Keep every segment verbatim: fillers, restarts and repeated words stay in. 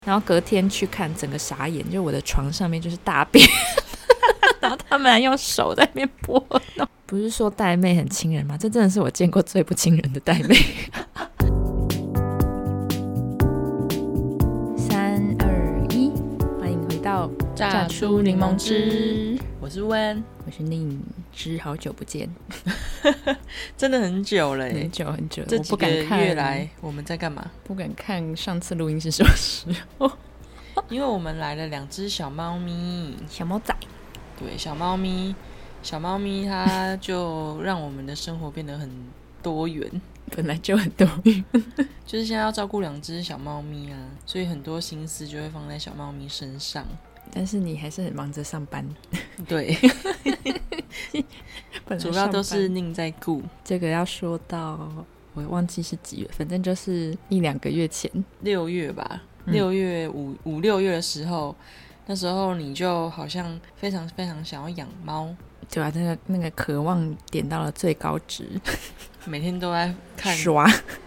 然后隔天去看，整个傻眼，就我的床上面就是大便然后他们还用手在那边拨弄。不是说带妹很亲人吗？这真的是我见过最不亲人的带妹三二一，欢迎回到榨出柠檬汁，我是温， 我是宁之，好久不见真的很久了耶， 很久很久， 这几个月月来我们在干嘛？ 不敢看上次录音是什么时候因为我们来了两只小猫咪， 小猫仔， 对，小猫咪小猫咪它就让我们的生活变得很多元本来就很多元就是现在要照顾两只小猫咪啊，所以很多心思就会放在小猫咪身上， 但是你还是很忙着上班对主要都是宁在顾。 这个要说到我忘记是几月，反正就是一两个月前， 六月吧，六月五五六月的时候，那时候你就好像非常非常想要养猫， 对啊，那个那个渴望点到了最高值， 每天都在看刷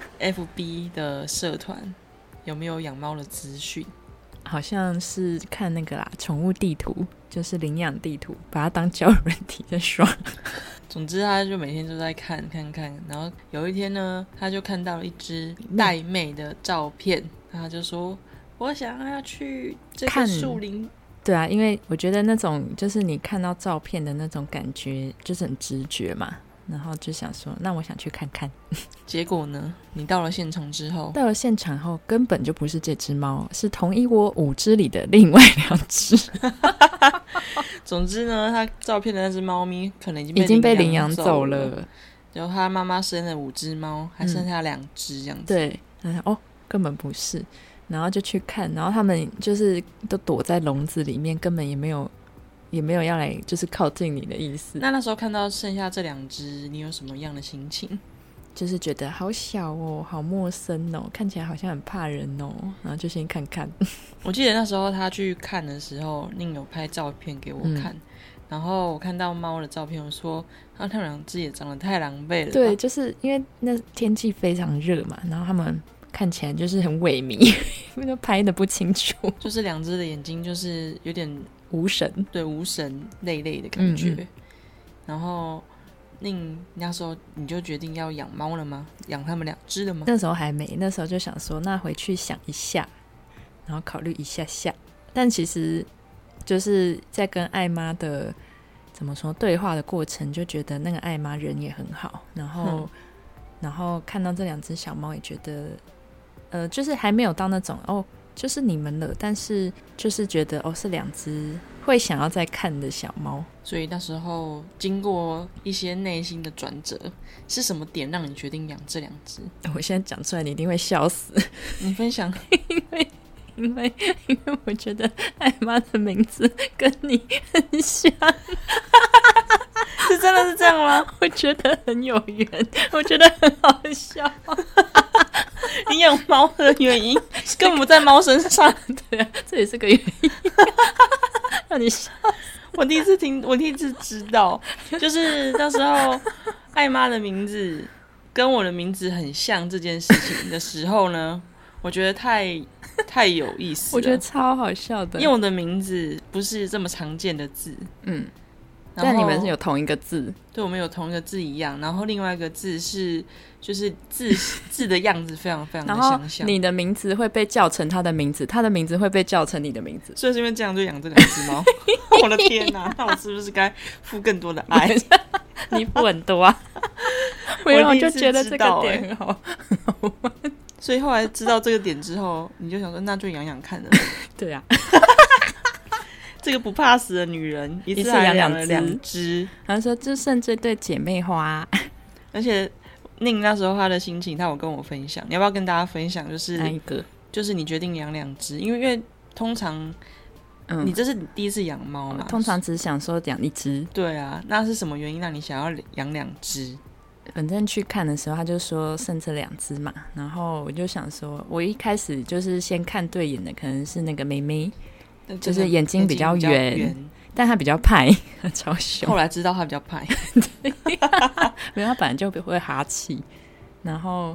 F B 的社团有没有养猫的资讯， 好像是看那个啦，宠物地图，就是领养地图，把它当交友软体在刷。 总之他就每天都在看看看，然后有一天呢，他就看到了一只带妹的照片，他就说我想要去这个树林。 对啊，因为我觉得那种就是你看到照片的那种感觉就是很直觉嘛，然后就想说那我想去看看。 结果呢，你到了现场之后， 到了现场后根本就不是这只猫，是同一窝五只里的另外两只总之呢，他照片的那只猫咪可能已经被已经被领养走走了， 然后他妈妈生了五只猫，还剩下两只这样子、 嗯、对，哦根本不是，然后就去看，然后他们就是都躲在笼子里面，根本也没有也没有要来就是靠近你的意思。 那那时候看到剩下这两只，你有什么样的心情？ 就是觉得好小哦，好陌生哦，看起来好像很怕人哦，然后就先看看。 我记得那时候他去看的时候，宁有拍照片给我看、嗯、然后我看到猫的照片，我说啊，他们两只也长得太狼狈了吧。 对，就是因为那天气非常热嘛，然后他们看起来就是很萎靡，因为都拍得不清楚， 就是两只的眼睛就是有点无神， 对，无神累累的感觉、嗯嗯、然后宁那时候你就决定要养猫了吗？养他们两只了吗？ 那时候还没，那时候就想说那回去想一下，然后考虑一下下，但其实就是在跟爱妈的怎么说对话的过程，就觉得那个爱妈人也很好，然后、嗯、然后看到这两只小猫也觉得呃，就是还没有到那种哦就是你们了，但是就是觉得哦是两只会想要再看的小猫。 所以那时候经过一些内心的转折，是什么点让你决定养这两只？ 我现在讲出来你一定会笑死。 你分享。 因为因为因为我觉得爱妈的名字跟你很像。 是真的是这样吗？ 我觉得很有缘，我觉得很好笑。 你养猫的原因根本不在猫身上。 对啊，这也是个原因。让你笑。 我第一次听，我第一次知道，就是那时候爱妈的名字跟我的名字很像这件事情的时候呢，我觉得太太有意思了。 我觉得超好笑的， 因为我的名字不是这么常见的字，嗯。 但你们是有同一个字， 对，我们有同一个字一样，然后另外一个字是就是字字的样子非常非常的相像。 然后你的名字会被叫成他的名字，他的名字会被叫成你的名字， 所以是因为这样就养这两只猫。我的天哪，那我是不是该付更多的爱？ 你付很多啊。我就觉得这个点很好玩， 所以后来知道这个点之后，你就想说那就养养看了。 对啊。 这个不怕死的女人一次还养了两只， 然后说就剩这对姐妹花。 而且宁那时候她的心情她有跟我分享，你要不要跟大家分享？就是哪一个？ 就是你决定养两只，因为因为通常、嗯、你这是你第一次养猫嘛， 通常只想说养一只。对啊，那是什么原因让你想要养两只？ 反正去看的时候他就说剩这两只嘛，然后我就想说我一开始就是先看对眼的可能是那个妹妹，就是眼睛比较圆，但他比较派，超凶。 后来知道他比较派。 没有，他本来就会哈气，然后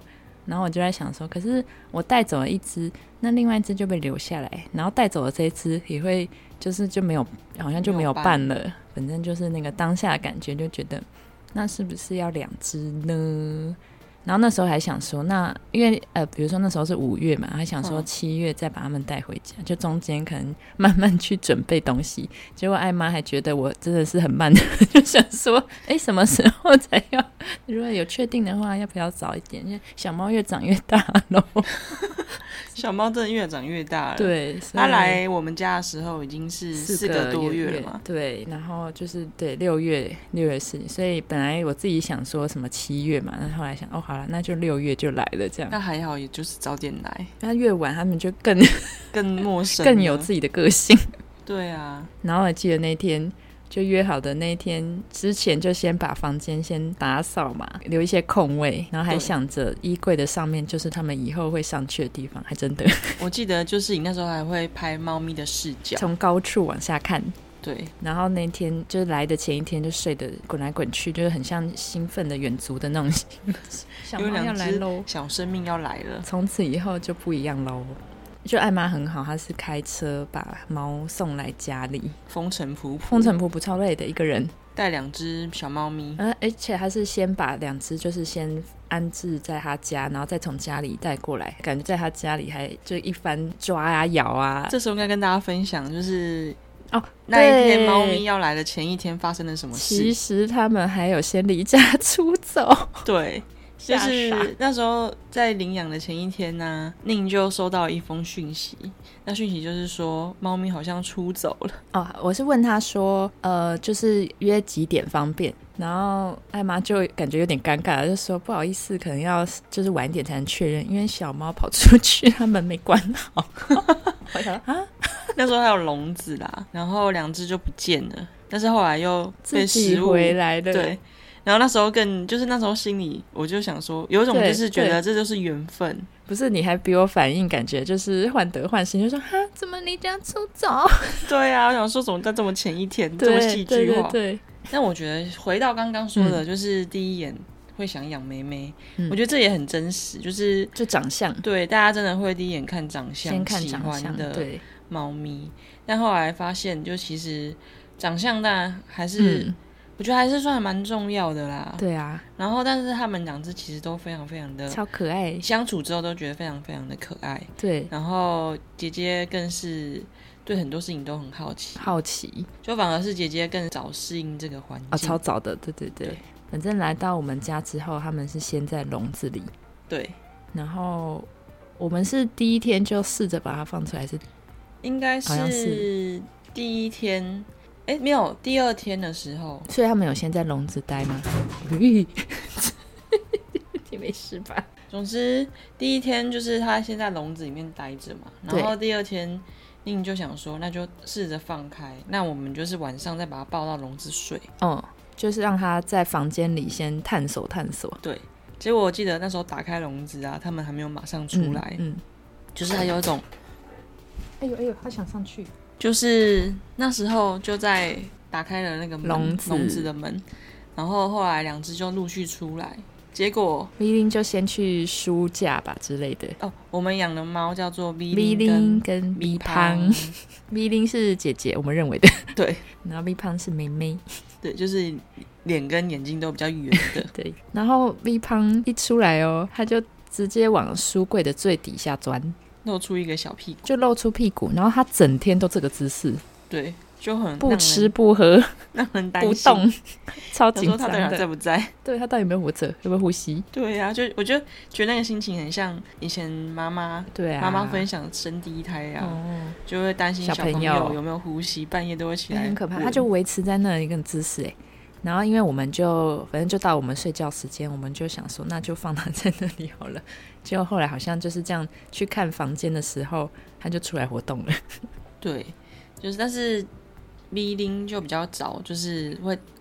然后我就在想说，可是我带走了一只，那另外一只就被留下来，然后带走了这一只也会就是就没有，好像就没有伴了。反正就是那个当下的感觉，就觉得那是不是要两只呢？然后那时候还想说，那因为呃，比如说那时候是五月嘛，还想说七月再把他们带回家，嗯、就中间可能慢慢去准备东西。结果艾妈还觉得我真的是很慢的，就想说，哎，什么时候才要？如果有确定的话，要不要早一点？因为小猫越长越大咯。 小猫真的越长越大了。 对， 它来我们家的时候已经是四个多月了嘛。 对，然后就是对六月六月是，所以本来我自己想说什么七月嘛，那后来想哦好了，那就六月就来了这样。 那还好，也就是早点来。 那越晚他们就更更陌生， 更有自己的个性。 对啊。 然后我记得那天。就约好的那一天之前就先把房间先打扫嘛，留一些空位，然后还想着衣柜的上面就是他们以后会上去的地方，还真的我记得就是你那时候还会拍猫咪的视角， 从高处往下看。 对， 然后那天就是来的前一天就睡得滚来滚去，就是很像兴奋的远足的那种小猫要来咯， 小生命要来了， 从此以后就不一样咯。就艾妈很好，她是开车把猫送来家里， 风尘仆仆风尘仆仆超累的一个人， 带两只小猫咪、 呃、而且她是先把两只就是先安置在她家，然后再从家里带过来，感觉在她家里还就一番抓啊咬啊。 这时候应该跟大家分享就是哦， 那一天猫咪要来的前一天发生了什么事。 其实他们还有先离家出走。 对，就是那时候在领养的前一天呢、啊，宁就收到一封讯息，那讯息就是说猫咪好像出走了。 哦，我是问他说，呃，就是约几点方便，然后艾妈就感觉有点尴尬，就说不好意思，可能要就是晚一点才能确认，因为小猫跑出去，他门没关好。我想啊， 那时候还有笼子啦，然后两只就不见了，但是后来又被食物回来了。 对。然后那时候更就是那时候心里我就想说，有一种就是觉得这就是缘分。 不是，你还比我反应感觉就是患得患失，就说哈怎么离家出走。 对啊，我想说怎么在这么前一天这么戏剧化。 对对对。 但我觉得回到刚刚说的、嗯、就是第一眼会想养妹妹、嗯、我觉得这也很真实，就是就长相， 对，大家真的会第一眼看长相， 先看长相喜欢的猫咪，但后来发现就其实长相当然还是、嗯我觉得还是算蛮重要的啦。 对啊， 然后但是他们两只其实都非常非常的超可爱， 相处之后都觉得非常非常的可爱。 对， 然后姐姐更是对很多事情都很好奇， 好奇， 就反而是姐姐更早适应这个环境。 哦，超早的，对对 对, 对。反正来到我们家之后，他们是先在笼子里， 对。 然后我们是第一天就试着把它放出来，是应该是第一天。哎，没有，第二天的时候， 所以他们有先在笼子待吗？你没事吧？ 总之，第一天就是他先在笼子里面待着嘛，然后第二天，宁就想说，那就试着放开，那我们就是晚上再把它抱到笼子睡。 哦、嗯，就是让他在房间里先探索探索。 对，结果我记得那时候打开笼子啊，他们还没有马上出来，嗯，嗯就是他有一种， 哎呦哎呦，他想上去。 就是那时候就在打开了那个笼子笼子的门，然后后来两只就陆续出来，结果 V 零就先去书架吧之类的。 哦，我们养的猫叫做 V 零跟 V 胖 ，V 零是姐姐，我们认为的。 对， 然后 V 胖是妹妹。 对，就是脸跟眼睛都比较圆的。 对，然后 V 胖一出来哦，他就直接往书柜的最底下钻。 露出一个小屁股， 就露出屁股，然后他整天都这个姿势， 对，就很不吃不喝， 让人担心， 不动，超紧张的。 他到底在不在？ 对，他到底有没有活着，有没有呼吸？ 对啊，就我就觉得那个心情很像以前妈妈， 对啊， 妈妈分享生第一胎啊，哦、就会担心小朋友有没有呼吸，半夜都会起来， 很可怕。他就维持在那一个姿势哎。然后因为我们就反正就到我们睡觉时间，我们就想说那就放他在那里好了。结果后来好像就是这样去看房间的时候，他就出来活动了。 对，就是但是 V 零就比较早，就是会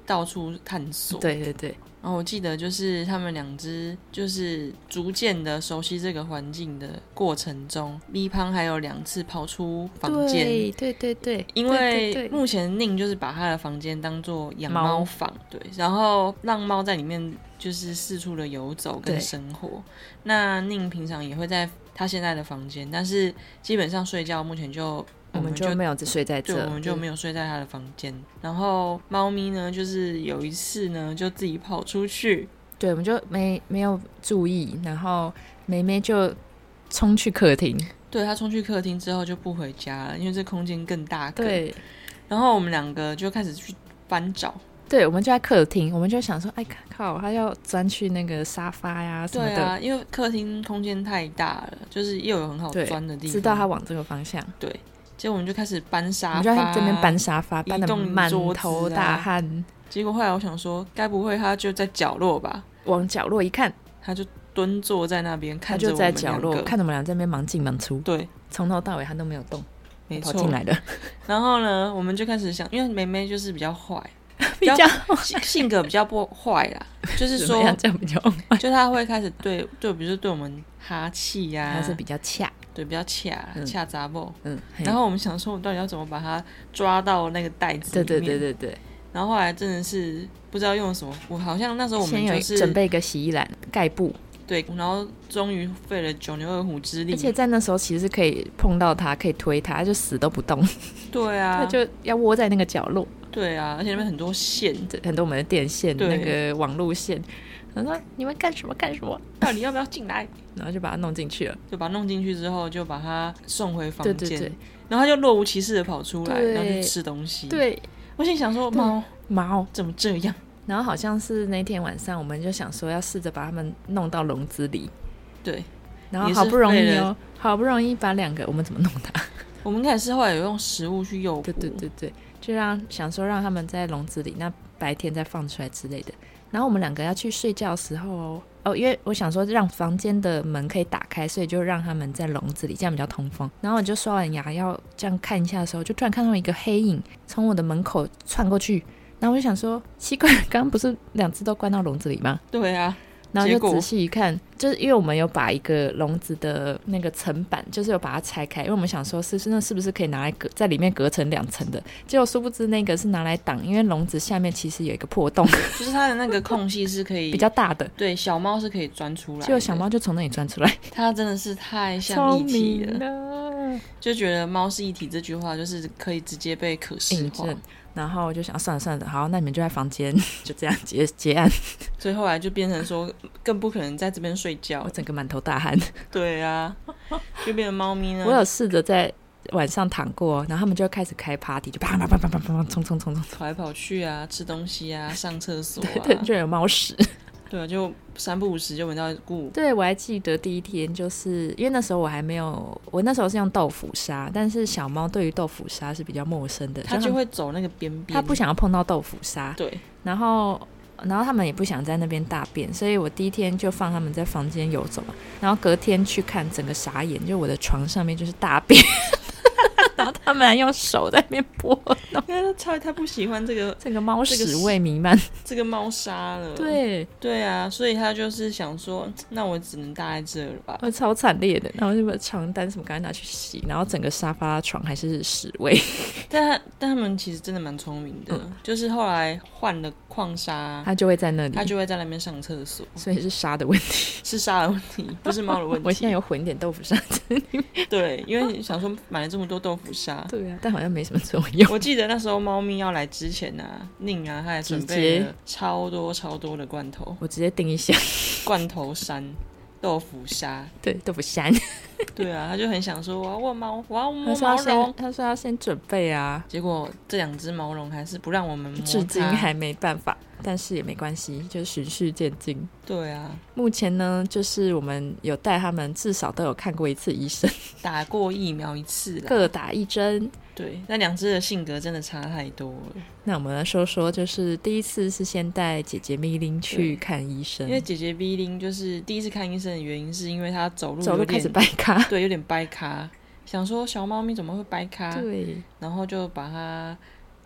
到处探索。 对对对。 然后我记得就是他们两只就是逐渐的熟悉这个环境的过程中，咪胖还有两次跑出房间。 对对对对， 因为目前宁就是把他的房间当做养猫房，对，然后让猫在里面就是四处的游走跟生活。那宁平常也会在他现在的房间，但是基本上睡觉目前就我们就没有睡在这， 对，我们就没有睡在他的房间。然后猫咪呢，就是有一次呢，就自己跑出去， 对，我们就没没有注意，然后妹妹就冲去客厅， 对，她冲去客厅之后就不回家了，因为这空间更大个。 对， 然后我们两个就开始去翻找。 对，我们就在客厅，我们就想说，哎靠，他要钻去那个沙发呀什么的。 对啊，因为客厅空间太大了，就是又有很好钻的地方， 知道他往这个方向。 对，结果我们就开始搬沙发， 我们就在这边搬沙发，搬得满头大汗、 啊。结果后来我想说，该不会他就在角落吧？ 往角落一看， 他就蹲坐在那边看着我们两个， 他就在角落看着我们俩在那边忙进忙出。 对， 从头到尾他都没有动， 没错， 跑进来的。 然后呢，我们就开始想，因为妹妹就是比较坏。 比较性格比较不坏啦，就是说这样比较坏， 就他会开始对对，比如说对我们哈气呀、啊， 他是比较恰， 对，比较恰恰杂布，嗯， 嗯然后我们想说，我到底要怎么把它抓到那个袋子里面？ 对对对对对。 然后后来真的是不知道用什么，我好像那时候我们就是准备一个洗衣篮盖布， 对，然后终于费了九牛二虎之力， 而且在那时候其实是可以碰到它，可以推它，它就死都不动。 对啊， 它就要窝在那个角落。 对啊，而且那边很多线， 很多我们的电线，那个网路线。他说：“你们干什么干什么？ 到底要不要进来？” 然后就把它弄进去了， 就把它弄进去之后，就把它送回房间。 对对对， 然后他就若无其事的跑出来，然后去吃东西。 对， 我心想说：“猫猫怎么这样？” 然后好像是那天晚上，我们就想说要试着把它们弄到笼子里。 对， 然后好不容易哦，好不容易把两个，我们怎么弄它？ 我们开始是后来有用食物去诱捕。 对对对对。就让想说让他们在笼子里，那白天再放出来之类的。然后我们两个要去睡觉的时候哦，哦，因为我想说让房间的门可以打开，所以就让他们在笼子里，这样比较通风。然后我就刷完牙要这样看一下的时候，就突然看到一个黑影从我的门口窜过去，然后我就想说奇怪，刚刚不是两只都关到笼子里吗？ 对啊。 然后就仔细一看，就是因为我们有把一个笼子的那个层板，就是有把它拆开，因为我们想说是那是不是可以拿来隔在里面隔成两层的，结果殊不知那个是拿来挡，因为笼子下面其实有一个破洞， 就是它的那个空隙是可以比较大的， 对，小猫是可以钻出来的， 结果小猫就从那里钻出来， 它真的是太像一体了，就觉得猫是一体这句话就是可以直接被可视化。 然后我就想算了算了，好，那你们就在房间，就这样结结案。 所以后来就变成说，更不可能在这边睡觉。 我整个满头大汗。 对啊，就变成猫咪呢。 我有试着在晚上躺过，然后他们就开始开 party， 就啪啪啪啪啪啪冲冲冲冲跑来跑去啊，吃东西啊，上厕所啊， 对对，就有猫屎。 对啊，就三不五时就闻到故。 对，我还记得第一天，就是因为那时候我还没有，我那时候是用豆腐砂，但是小猫对于豆腐砂是比较陌生的， 它就会走那个边边， 它不想要碰到豆腐砂。 对， 然后然后他们也不想在那边大便，所以我第一天就放他们在房间游走嘛，然后隔天去看，整个傻眼，就我的床上面就是大便。然后他们还用手在那边拨弄， 因为他超太不喜欢这个这个猫屎味弥漫， 这个猫砂了。 对对啊，所以他就是想说，那我只能搭在这了吧。 我超惨烈的，然后就把床单什么赶快拿去洗，然后整个沙发床还是屎味。 但他但他们其实真的蛮聪明的，嗯、就是后来换了矿砂， 他就会在那里， 他就会在那边上厕所， 所以是沙的问题， 是沙的问题，不是猫的问题。 我现在有混一点豆腐砂在里面， 对，因为想说买了这么多豆腐砂， 对啊，但好像没什么作用。 我记得那时候猫咪要来之前啊，宁啊，他还准备了超多超多的罐头， 我直接订一箱罐头山。豆腐砂， 对，豆腐山， 对啊，他就很想说我要问猫，我要摸毛绒， 他说要先准备啊， 结果这两只毛绒还是不让我们摸， 至今还没办法，但是也没关系，就循序渐进。 对啊， 目前呢，就是我们有带他们至少都有看过一次医生， 打过疫苗一次啦， 各打一针。 对，那两只的性格真的差太多了。 那我们来说说，就是第一次是先带姐姐咪琳去看医生， 因为姐姐咪琳就是第一次看医生的原因，是因为她走路走路开始掰咖， 对，有点掰咖。想说小猫咪怎么会掰咖？ 对， 然后就把它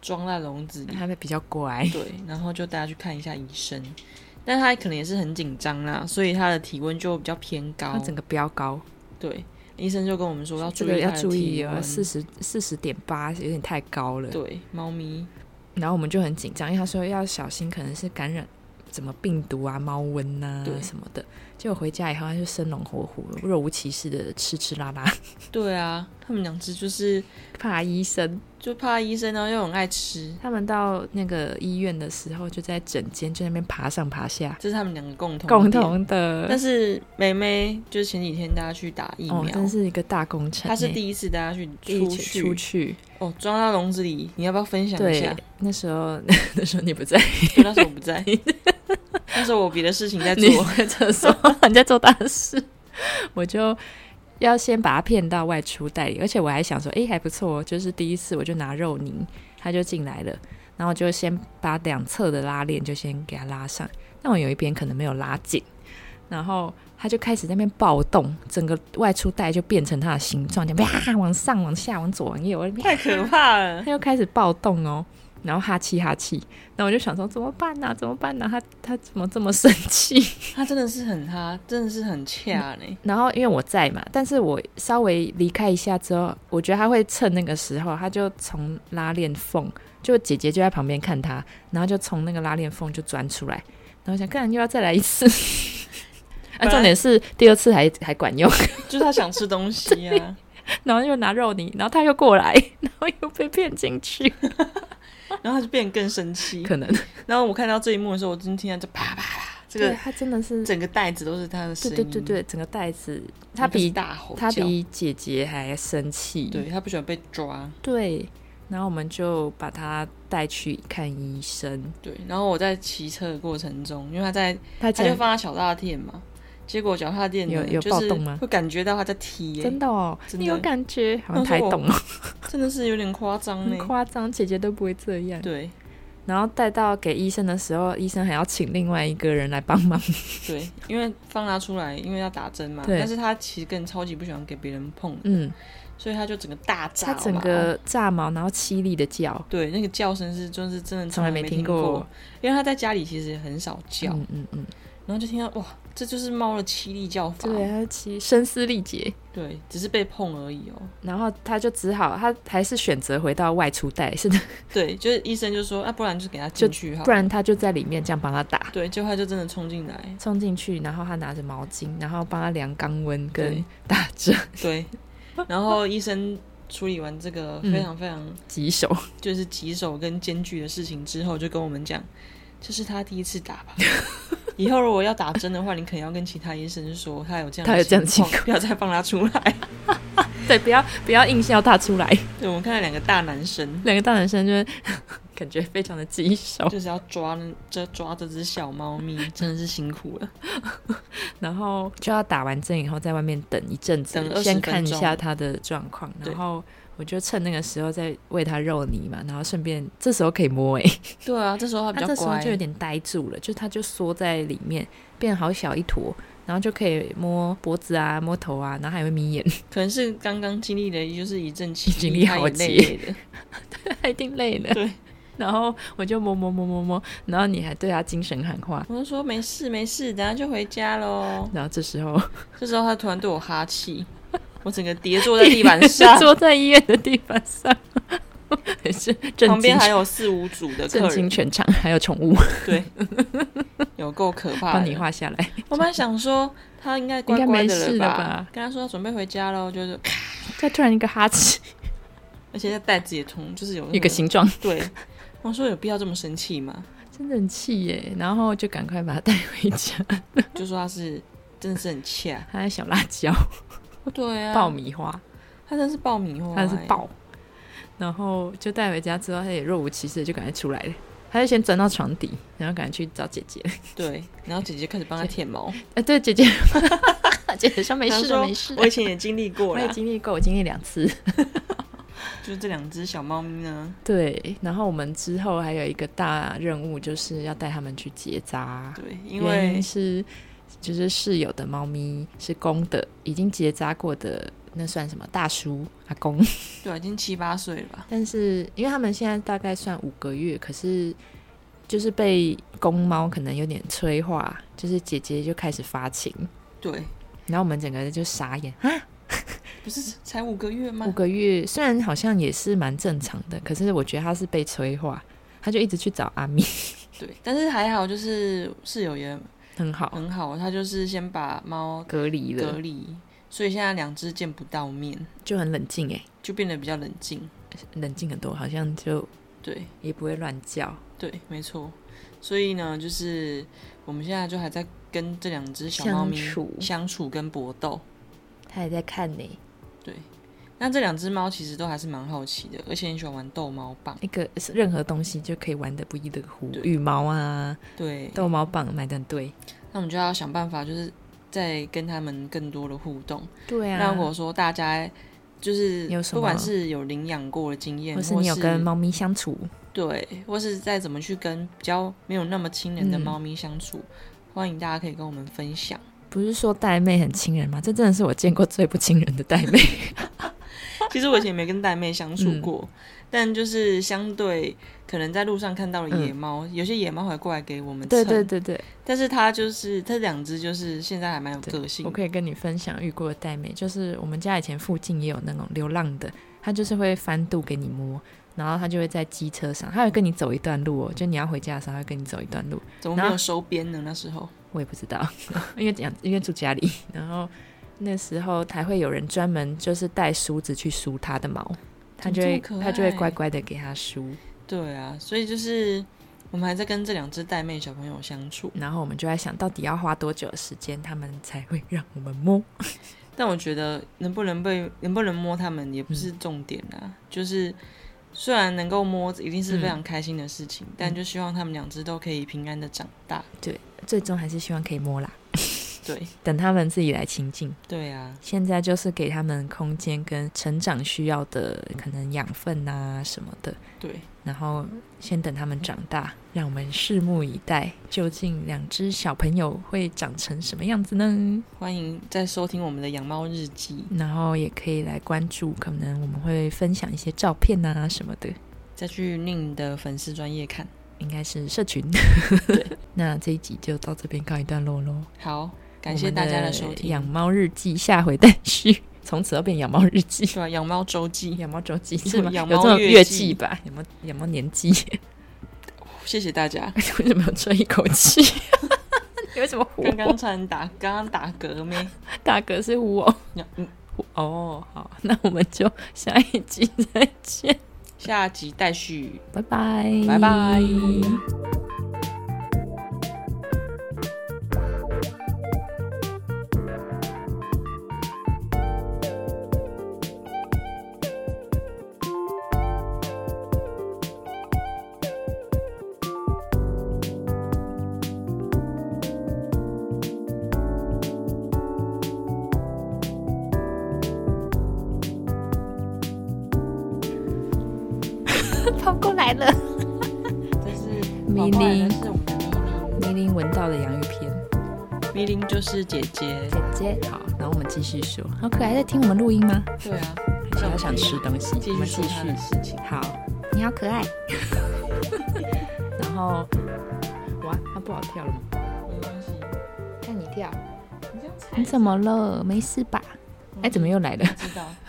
装在笼子里， 它会比较乖。 对，然后就带它去看一下医生，但他可能也是很紧张啦，所以他的体温就比较偏高， 它整个飙高。 对，医生就跟我们说要注意这个要他的注意体温， 哦，四十四十点八有点太高了。 对，猫咪， 然后我们就很紧张，因为他说要小心，可能是感染什么病毒啊、猫瘟啊什么的。结果回家以后，他就生龙活虎了，若无其事的吃吃拉拉。 对啊，他们两只就是怕医生， 就怕医生，然后又很爱吃。 他们到那个医院的时候，就在诊间就在那边爬上爬下， 这是他们两个共同共同的。 但是妹妹就是前几天大家去打疫苗， 哦，真是一个大工程。 她是第一次大家去出去出去哦，装到笼子里，你要不要分享一下？ 对，那时候那时候你不在， 对，那时候我不在，那时候我别的事情在做， 你在厕所，你在做大事，我就要先把他骗到外出代理，而且我还想说，哎，还不错，就是第一次我就拿肉泥，他就进来了，然后我就先把两侧的拉链就先给他拉上，但我有一边可能没有拉紧，然后他就开始在那边暴动，整个外出带就变成他的形状，就啪往上、往下、往左、往右， 太可怕了。 他又开始暴动哦，然后哈气哈气，然后我就想说怎么办啊？怎么办啊？他他怎么这么生气？ 他真的是很他真的是很恰呢。 然后因为我在嘛，但是我稍微离开一下之后，我觉得他会趁那个时候，他就从拉链缝，就姐姐就在旁边看他，然后就从那个拉链缝就钻出来，然后我想看又要再来一次。啊，重点是第二次还还管用， 就是他想吃东西啊， 然后又拿肉泥，然后他又过来，然后又被骗进去， 然后他就变得更生气， 可能。 然后我看到这一幕的时候，我真听到就啪啪啪，这个他真的是整个袋子都是他的声音， 对对对对，整个袋子他比大吼叫， 他比姐姐还生气， 对他不喜欢被抓， 对。然后我们就把他带去看医生， 对。然后我在骑车的过程中，因为他在他他就放他脚踏垫嘛。结果脚踏垫有有暴动吗？ 就是、会感觉到他在踢、欸， 真的哦， 真的你有感觉，好像太懂了， 真的是有点夸张、欸， 很夸张，姐姐都不会这样。 对， 然后带到给医生的时候，医生还要请另外一个人来帮忙。 对，因为放他出来，因为要打针嘛，但是他其实更超级不喜欢给别人碰，嗯，所以他就整个大炸毛， 他整个炸毛，然后凄厉的叫， 对，那个叫声是就是真的从来没听过， 过， 因为他在家里其实也很少叫， 嗯嗯嗯。 然后就听到哇，这就是猫的凄厉叫法， 对，它凄声嘶力竭， 对，只是被碰而已哦。 然后他就只好，他还是选择回到外出带，是的， 对，就是医生就说啊，不然就给他进去好， 不然他就在里面这样帮他打， 对，结果他就真的冲进来， 冲进去，然后他拿着毛巾，然后帮他量肛温跟打针， 对，然后医生处理完这个非常非常棘手， 就是棘手跟艰巨的事情之后，就跟我们讲，这是他第一次打吧。以后如果要打针的话，你可能要跟其他医生说他有这样的情况，不要再放他出来。 对，不要不要硬笑他出来。 对，我们看到两个大男生， 两个大男生就是感觉非常的棘手， 就是要抓这抓这只小猫咪，真的是辛苦了。 然后就要打完针以后，在外面等一阵子， 等先看一下他的状况，然后我就趁那个时候再喂他肉泥嘛，然后顺便这时候可以摸哎、欸， 对啊，这时候他比较乖， 他这时候就有点呆住了，就他就缩在里面，变好小一坨，然后就可以摸脖子啊，摸头啊，然后还会眯眼， 可能是刚刚经历的就是一阵气， 经历好累累的， 他一定累了， 对。 然后我就摸摸摸摸摸，然后你还对他精神喊话， 我就说没事没事，等下就回家咯。 然后这时候， 这时候他突然对我哈气。我整个跌坐在地板上， 坐在医院的地板上，也是旁边还有四五组的客人， 震惊全场，还有宠物， 对，有够可怕的。 帮你画下来。 我本来想说他应该乖乖的了吧, 吧， 跟他说准备回家了，就是咔， 他突然一个哈气， 而且他袋子也同就是有一个形状。 对，我说有必要这么生气吗？ 真的很气耶，然后就赶快把他带回家， 就说他是真的是很恰， 他是小辣椒。 对啊， 爆米花， 他真是爆米花， 他是爆，然后就带回家之后，他也若无其事的就赶快出来了，他就先钻到床底，然后赶快去找姐姐。 对，然后姐姐开始帮他舔毛。 哎，对，姐姐，姐姐说没事的，没事的。 我以前也经历过， 我也经历过，我经历两次。 就是这两只小猫咪呢。 对，然后我们之后还有一个大任务，就是要带他们去结扎。 对，因为是。就是室友的猫咪是公的，已经结扎过的那算什么大叔阿公？ 对，已经七八岁了吧。 但是因为他们现在大概算五个月，可是就是被公猫可能有点催化，就是姐姐就开始发情， 对， 然后我们整个就傻眼啊！ 不是才五个月吗？ 五个月虽然好像也是蛮正常的，可是我觉得他是被催化，他就一直去找阿咪。 对，但是还好，就是室友也很好， 很好，他就是先把猫隔离了， 隔离，所以现在两只见不到面， 就很冷静哎， 就变得比较冷静， 冷静很多，好像就对， 也不会乱叫。 对，没错。所以呢，就是我们现在就还在跟这两只小猫咪相处相处跟搏斗。 他也在看呢。 对，那这两只猫其实都还是蛮好奇的，而且很喜欢玩逗猫棒。 一个任何东西就可以玩得不亦乐乎，羽毛啊， 对， 逗猫棒买得很对。 那我们就要想办法，就是再跟他们更多的互动。 对啊。 那如果说大家就是不管是有领养过的经验， 或是你有跟猫咪相处， 对，或是再怎么去跟比较没有那么亲人的猫咪相处、嗯、欢迎大家可以跟我们分享。 不是说带妹很亲人吗？这真的是我见过最不亲人的带妹。 其实我以前没跟带妹相处过、嗯、但就是相对可能在路上看到了野猫、嗯、有些野猫会过来给我们蹭， 对对对对， 但是它就是它两只就是现在还蛮有个性。 我可以跟你分享遇过的带妹，就是我们家以前附近也有那种流浪的，它就是会翻肚给你摸，然后它就会在机车上，它会跟你走一段路哦，就你要回家的时候它会跟你走一段路。 怎么没有收编呢？那时候我也不知道，因为因为住家里，然后那时候还会有人专门就是带梳子去梳它的毛，它就会它就会乖乖的给它梳。 对啊，所以就是我们还在跟这两只带妹小朋友相处， 然后我们就在想到底要花多久的时间他们才会让我们摸。 但我觉得能不能被能不能摸他们也不是重点啊、嗯、就是虽然能够摸一定是非常开心的事情、嗯、但就希望他们两只都可以平安的长大。 对，最终还是希望可以摸啦。 对， 等他们自己来亲近。 对啊， 现在就是给他们空间跟成长需要的可能养分啊什么的。 对， 然后先等他们长大，让我们拭目以待，究竟两只小朋友会长成什么样子呢？ 欢迎再收听我们的养猫日记， 然后也可以来关注，可能我们会分享一些照片啊什么的， 再去宁的粉丝专页看， 应该是社群。对，那这一集就到这边告一段落咯。 好，感谢大家的收听。 养猫日记下回待续，从此要变养猫日记， 对啊，养猫周记， 养猫周记是吗？ 养猫有这种月季吧？养猫养猫年纪。 谢谢大家。 为什么有吹一口气？你为什么呼我？ 刚刚才打，刚刚打嗝没？ 打嗝是呼我。 嗯， 哦，好，那我们就下一集再见。 下集待续， 拜拜， 拜拜。 跑过来了。 这是迷林， 是我们的迷林， 迷林闻到的洋芋片。 迷林就是姐姐， 姐姐。好，然后我们继续说。好可爱，在听我们录音吗？ 对啊， 还是他想吃东西？ 继续说他的事情。 好，你好可爱。然后，哇，他不好跳了吗？ 没关系， 看你跳。 你这样踩， 你怎么了？没事吧？哎，怎么又来了？ 不知道。